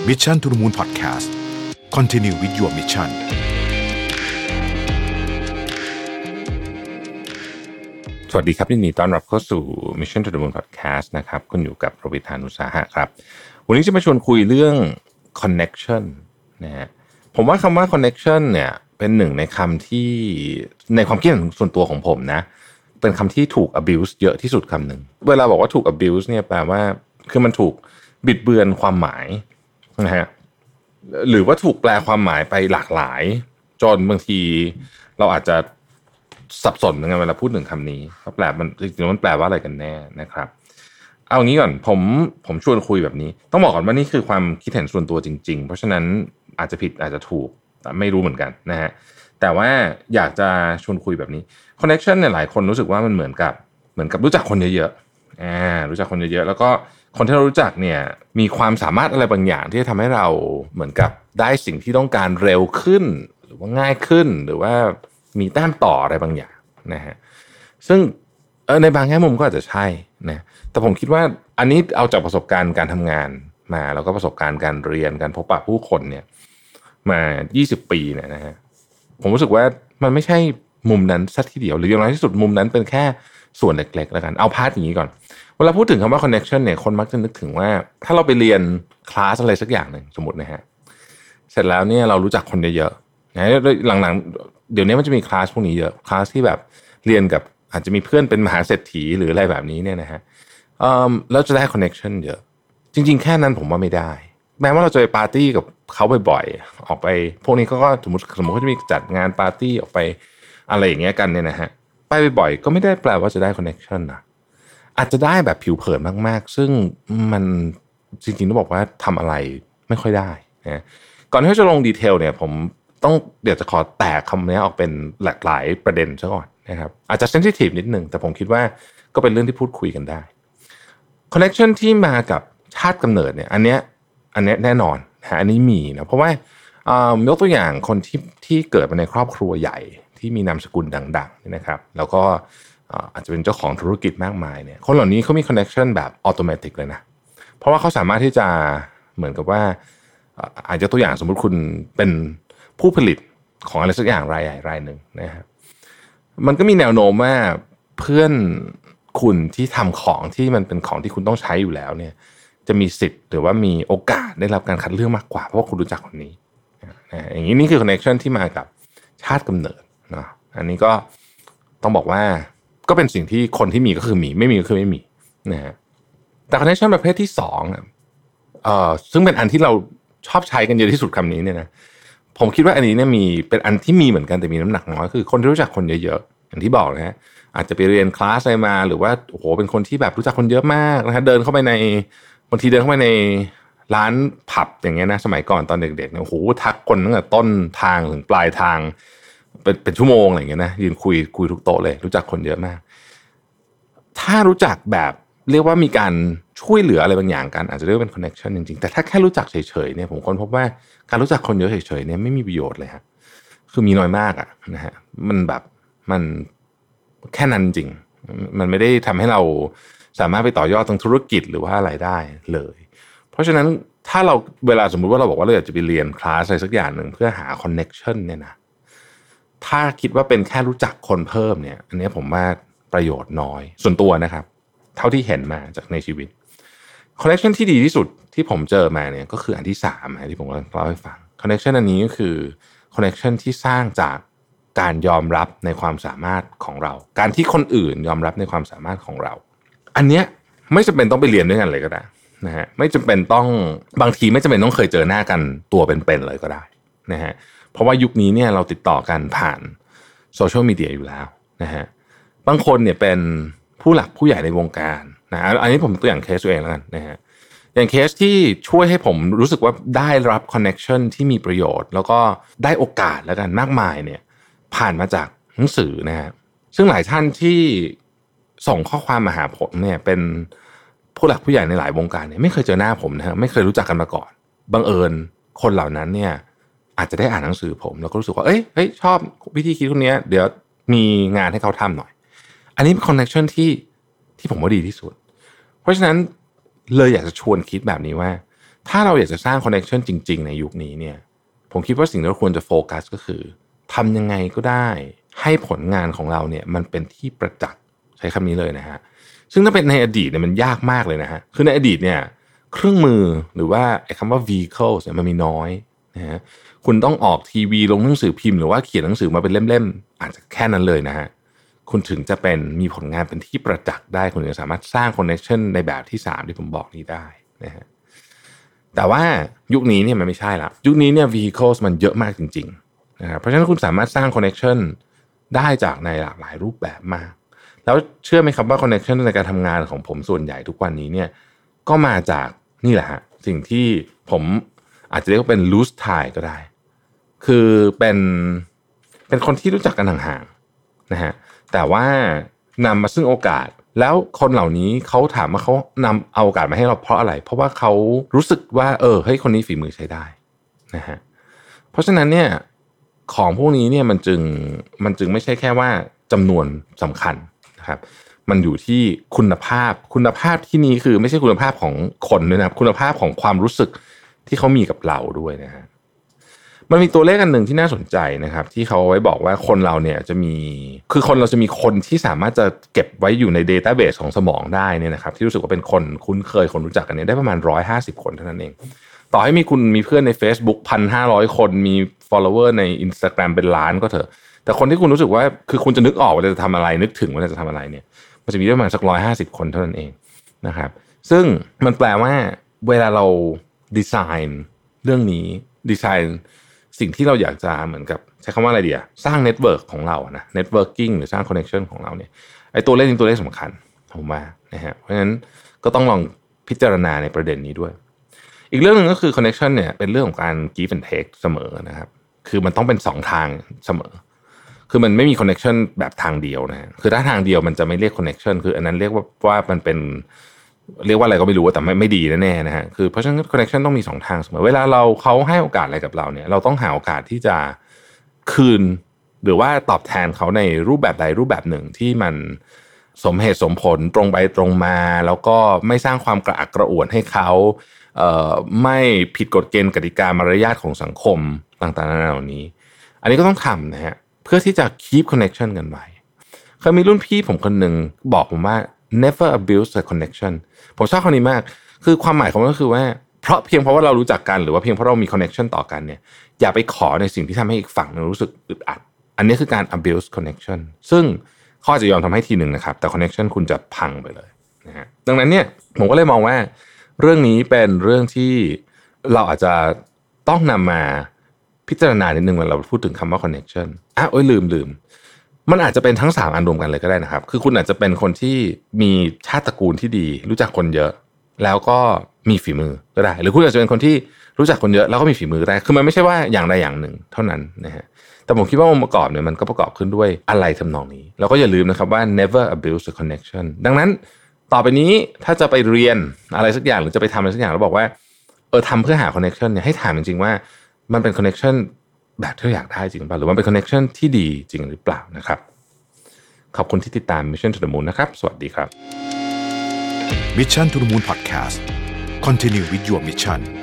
Mission to the Moon Podcast Continue with your mission สวัสดีครับยินดีต้อนรับเข้าสู่ Mission to the Moon Podcast นะครับคุณอยู่กับประวิธานุสาหะครับวันนี้จะมาชวนคุยเรื่อง connection นะฮะผมว่าคำว่า connection เนี่ยเป็นหนึ่งในคำที่ในความคิดส่วนตัวของผมนะเป็นคำที่ถูก abuse เยอะที่สุดคำหนึ่งเวลาบอกว่าถูก abuse เนี่ยแปลว่าคือมันถูกบิดเบือนความหมายนะฮะหรือว่าถูกแปลความหมายไปหลากหลายจนบางทีเราอาจจะสับสนเหมือนกันเวลาพูดถึงคำนี้ว่าแปลมันจริงๆมันแปลว่าอะไรกันแน่นะครับเอางี้ก่อนผมชวนคุยแบบนี้ต้องบอกก่อนว่านี่คือความคิดเห็นส่วนตัวจริงๆเพราะฉะนั้นอาจจะผิดอาจจะถูกแต่ไม่รู้เหมือนกันนะฮะแต่ว่าอยากจะชวนคุยแบบนี้ connection เนี่ยหลายคนรู้สึกว่ามันเหมือนกับรู้จักคนเยอะๆรู้จักคนเยอะๆแล้วก็คนที่เรารู้จักเนี่ยมีความสามารถอะไรบางอย่างที่จะทำให้เราเหมือนกับได้สิ่งที่ต้องการเร็วขึ้นหรือว่าง่ายขึ้นหรือว่ามีแต้มต่ออะไรบางอย่างนะฮะซึ่งในบางแง่มุมก็อาจจะใช่นะแต่ผมคิดว่าอันนี้เอาจากประสบการณ์การทำงานมาแล้วก็ประสบการณ์การเรียนการพบปะผู้คนเนี่ยมา20ปีเนี่ยนะฮะผมรู้สึกว่ามันไม่ใช่มุมนั้นสักทีเดียวหรืออย่างไรที่สุดมุมนั้นเป็นแค่ส่วนเล็กๆแล้วกันเอาพาร์ทอย่างนี้ก่อนเวลาพูดถึงคำว่า connection เนี่ยคนมักจะนึกถึงว่าถ้าเราไปเรียนคลาสอะไรสักอย่างหนึ่งสมมตินะฮะเสร็จแล้วเนี่ยเรารู้จักคนเยอะๆนะหลังๆเดี๋ยวนี้มันจะมีคลาสพวกนี้เยอะคลาสที่แบบเรียนกับอาจจะมีเพื่อนเป็นมหาเศรษฐีหรืออะไรแบบนี้เนี่ยนะฮะแล้วจะได้ connection เยอะจริงๆแค่นั้นผมว่าไม่ได้แม้ว่าเราจะไปปาร์ตี้กับเขาบ่อยๆออกไปพวกนี้ก็สมมติเขาจะมีจัดงานปาร์ตี้ออกไปอะไรอย่างเงี้ยกันเนี่ยนะฮะไปบ่อยๆก็ไม่ได้แปลว่าจะได้ connection นะอาจจะได้แบบผิวเผินมากๆซึ่งมันจริงๆต้องบอกว่าทำอะไรไม่ค่อยได้นะก่อนที่จะลงดีเทลเนี่ยผมเดี๋ยวจะขอแตกคำนี้ออกเป็นหลากหลายประเด็นซะก่อนนะครับอาจจะเซนซิทีฟนิดนึงแต่ผมคิดว่าก็เป็นเรื่องที่พูดคุยกันได้ connection ที่มากับชาติกำเนิดเนี่ยอันเนี้ยแน่นอนนะอันนี้มีนะเพราะว่ายกตัวอย่างคนที่เกิดมาในครอบครัวใหญ่ที่มีนามสกุลดังๆนะครับแล้วก็อาจจะเป็นเจ้าของธุรกิจมากมายเนี่ยคนเหล่านี้เขามี connection แบบอัตโนมัติเลยนะเพราะว่าเขาสามารถที่จะเหมือนกับว่าอาจจะตัวอย่างสมมุติคุณเป็นผู้ผลิตของอะไรสักอย่างรายใหญ่รายหนึ่งนะครับมันก็มีแนวโน้มว่าเพื่อนคุณที่ทำของที่มันเป็นของที่คุณต้องใช้อยู่แล้วเนี่ยจะมีสิทธิ์หรือว่ามีโอกาสได้รับการคัดเลือกมากกว่าเพราะว่าคุณรู้จักคนนี้อย่างนี้นี่คือ connection ที่มากับชาติกำเนิดนะอันนี้ก็ต้องบอกว่าก็เป็นสิ่งที่คนที่มีก็คือมีไม่มีก็คือไม่มีนะฮะแต่ connection ประเภทที่สองซึ่งเป็นอันที่เราชอบใช้กันเยอะที่สุดคำนี้เนี่ยนะผมคิดว่าอันนี้เนี่ยมีเป็นอันที่มีเหมือนกันแต่มีน้ำหนักน้อยคือคนที่รู้จักคนเยอะๆอย่างที่บอกนะฮะอาจจะไปเรียนคลาสอะไรมาหรือว่าโอ้โหเป็นคนที่แบบรู้จักคนเยอะมากนะฮะบางทีเดินเข้าไปในร้านผับอย่างเงี้ยนะสมัยก่อนตอนเด็กๆเนี่ยโอ้โหทักคนตั้งแต่ต้นทางถึงปลายทางเป็นชั่วโมงอะไรอย่างเงี้ยนะยืนคุยทุกโต๊ะเลยรู้จักคนเยอะมากถ้ารู้จักแบบเรียกว่ามีการช่วยเหลืออะไรบางอย่างกันอาจจะเรียกว่าเป็น connection จริงๆแต่ถ้าแค่รู้จักเฉยๆเนี่ยผมค้นพบว่าการรู้จักคนเยอะเฉยๆเนี่ยไม่มีประโยชน์เลยฮะคือมีน้อยมากอะนะฮะมันแค่นั้นจริงมันไม่ได้ทำให้เราสามารถไปต่อยอดทางธุรกิจหรือว่าอะไรได้เลยเพราะฉะนั้นถ้าเราเวลาสมมุติว่าเราบอกว่าเราอยากจะไปเรียนคลาสอะไรสักอย่างหนึ่งเพื่อหา connection เนี่ยนะถ้าคิดว่าเป็นแค่รู้จักคนเพิ่มเนี่ยอันนี้ผมว่าประโยชน์น้อยส่วนตัวนะครับเท่าที่เห็นมาจากในชีวิต connection ที่ดีที่สุดที่ผมเจอมาเนี่ยก็คืออันที่3ที่ผมเล่าให้ฟัง connection อันนี้ก็คือ connection ที่สร้างจากการยอมรับในความสามารถของเราการที่คนอื่นยอมรับในความสามารถของเราอันเนี้ยไม่จำเป็นต้องไปเรียนด้วยกันเลยก็ได้นะฮะไม่จำเป็นต้องบางทีไม่จำเป็นต้องเคยเจอหน้ากันตัวเป็นๆเลยก็ได้นะฮะเพราะว่ายุคนี้เนี่ยเราติดต่อกันผ่านโซเชียลมีเดียอยู่แล้วนะฮะบางคนเนี่ยเป็นผู้หลักผู้ใหญ่ในวงการนะอันนี้ผมตัวอย่างเคสตัวเองแล้วกันนะฮะอย่างเคสที่ช่วยให้ผมรู้สึกว่าได้รับคอนเนคชั่นที่มีประโยชน์แล้วก็ได้โอกาสแล้วกันมากมายเนี่ยผ่านมาจากหนังสือนะฮะซึ่งหลายท่านที่ส่งข้อความมาหาผมเนี่ยเป็นผู้หลักผู้ใหญ่ในหลายวงการเนี่ยไม่เคยเจอหน้าผมนะฮะไม่เคยรู้จักกันมาก่อนบังเอิญคนเหล่านั้นเนี่ยอาจจะได้อ่านหนังสือผมแล้วก็รู้สึกว่าเอ้ยชอบวิธีคิดคนนี้เดี๋ยวมีงานให้เขาทำหน่อยอันนี้เป็นคอนเนคชั่นที่ผมว่าดีที่สุดเพราะฉะนั้นเลยอยากจะชวนคิดแบบนี้ว่าถ้าเราอยากจะสร้าง connection จริงๆในยุคนี้เนี่ยผมคิดว่าสิ่งที่เราควรจะโฟกัสก็คือทำยังไงก็ได้ให้ผลงานของเราเนี่ยมันเป็นที่ประจักษ์ใช้คำนี้เลยนะฮะซึ่งถ้าเป็นในอดีตเนี่ยมันยากมากเลยนะฮะคือในอดีตเนี่ยเครื่องมือหรือว่าไอ้คำว่า vehicles เนี่ยมันมีน้อยนะฮะคุณต้องออกทีวีลงหนังสือพิมพ์หรือว่าเขียนหนังสือมาเป็นเล่มๆอาจจะแค่นั้นเลยนะฮะคุณถึงจะเป็นมีผลงานเป็นที่ประจักษ์ได้คุณจะสามารถสร้าง connection ในแบบที่3ที่ผมบอกนี้ได้นะฮะแต่ว่ายุคนี้เนี่ยมันไม่ใช่ละยุคนี้เนี่ย vehicles มันเยอะมากจริงๆนะครับเพราะฉะนั้นคุณสามารถสร้าง connection ได้จากในหลากหลายรูปแบบมากแล้วเชื่อไหมครับว่า connection ในการทำงานของผมส่วนใหญ่ทุกวันนี้เนี่ยก็มาจากนี่แหละฮะสิ่งที่ผมอาจจะเรียกว่าเป็น loose tie ก็ได้คือเป็นคนที่รู้จักกันห่างๆนะฮะแต่ว่านำมาซึ่งโอกาสแล้วคนเหล่านี้เขาถามว่าเขานำเอาโอกาสมาให้เราเพราะอะไรเพราะว่าเขารู้สึกว่าเฮ้ยคนนี้ฝีมือใช้ได้นะฮะเพราะฉะนั้นเนี่ยของพวกนี้เนี่ยมันจึงไม่ใช่แค่ว่าจำนวนสำคัญนะครับมันอยู่ที่คุณภาพที่นี้คือไม่ใช่คุณภาพของคนด้วยนะคุณภาพของความรู้สึกที่เขามีกับเราด้วยนะฮะมันมีตัวเลขอันหนึ่งที่น่าสนใจนะครับที่เขาไว้บอกว่าคนเราเนี่ยจะมีคนที่สามารถจะเก็บไว้อยู่ในเดต้าเบสของสมองได้เนี่ยนะครับที่รู้สึกว่าเป็นคนคุ้นเคยคนรู้จักกันเนี่ยได้ประมาณ150คนเท่านั้นเองต่อให้คุณมีเพื่อนใน Facebook 1,500 คนมี follower ใน Instagram เป็นล้านก็เถอะแต่คนที่คุณรู้สึกว่าคือคุณจะนึกออกว่าจะทำอะไรนึกถึงว่าจะทำอะไรเนี่ยมันจะมีประมาณสัก150คนเท่านั้นเองนะครับซึ่งมันแปลว่าเวลาเราดีไซน์เรื่องนี้ดีไซน์สิ่งที่เราอยากจะเหมือนกับใช้คำว่าอะไรดีอะสร้างเน็ตเวิร์กของเรานะเน็ตเวิร์กิ่งหรือสร้างคอนเนคชั่นของเราเนี่ยไอ้ตัวเลขนี้ตัวเลขสำคัญผมว่านะฮะเพราะฉะนั้นก็ต้องลองพิจารณาในประเด็นนี้ด้วยอีกเรื่องนึงก็คือคอนเนคชั่นเนี่ยเป็นเรื่องของการ give and take เสมอนะครับคือมันต้องเป็น2ทางเสมอคือมันไม่มีคอนเนคชั่นแบบทางเดียวนะคือถ้าทางเดียวมันจะไม่เรียกคอนเนคชั่นคืออันนั้นเรียกว่ามันเป็นเรียกว่าอะไรก็ไม่รู้แต่ไม่ดีแน่ๆนะฮะคือเพราะฉะนั้นคอนเนคชั่นต้องมี2ทางเสมอเวลาเขาให้โอกาสอะไรกับเราเนี่ยเราต้องหาโอกาสที่จะคืนหรือว่าตอบแทนเขาในรูปแบบใดรูปแบบหนึ่งที่มันสมเหตุสมผลตรงไปตรงมาแล้วก็ไม่สร้างความกระอักกระอ่วนให้เขาไม่ผิดกฎเกณฑ์กติกามารยาทของสังคมต่างๆเหล่านี้อันนี้ก็ต้องทำนะฮะเพื่อที่จะ keep connection กันไว้เคยมีรุ่นพี่ผมคนหนึ่งบอกผมว่า never abuse the connection ผมชอบคำนี้มากคือความหมายของมันก็คือว่าเพียงเพราะว่าเรารู้จักกันหรือว่าเพียงเพราะเรามี connection ต่อกันเนี่ยอย่าไปขอในสิ่งที่ทำให้อีกฝั่งนึงรู้สึกอึดอัดอันนี้คือการ abuse connection ซึ่งเขาอาจจะยอมทำให้ทีหนึ่งนะครับแต่ connection คุณจะพังไปเลยนะฮะดังนั้นเนี่ยผมก็เลยมองว่าเรื่องนี้เป็นเรื่องที่เราอาจจะต้องนำมาพิจารณานิดนึงเวลาเราพูดถึงคำว่า connection ลืมมันอาจจะเป็นทั้ง3อันรวมกันเลยก็ได้นะครับคือคุณอาจจะเป็นคนที่มีชาติตระกูลที่ดีรู้จักคนเยอะแล้วก็มีฝีมือก็ได้หรือคุณอาจจะเป็นคนที่รู้จักคนเยอะแล้วก็มีฝีมือก็ได้คือมันไม่ใช่ว่าอย่างใดอย่างหนึ่งเท่านั้นนะฮะแต่ผมคิดว่าองค์ประกอบเนี่ยมันก็ประกอบขึ้นด้วยอะไรทำนองนี้แล้วก็อย่าลืมนะครับว่า never abuse the connection ดังนั้นต่อไปนี้ถ้าจะไปเรียนอะไรสักอย่างหรือจะไปทำอะไรสักอย่างแล้วบอกว่าทำเพื่อหา connection เนี่ยให้ถามจริงๆว่ามันเป็น connection แบบที่เราอยากได้จริงหรือเปล่าหรือมันเป็น connection ที่ดีจริงหรือเปล่านะครับขอบคุณที่ติดตาม Mission to the Moon นะครับสวัสดีครับ Mission to the Moon Podcast Continue with your mission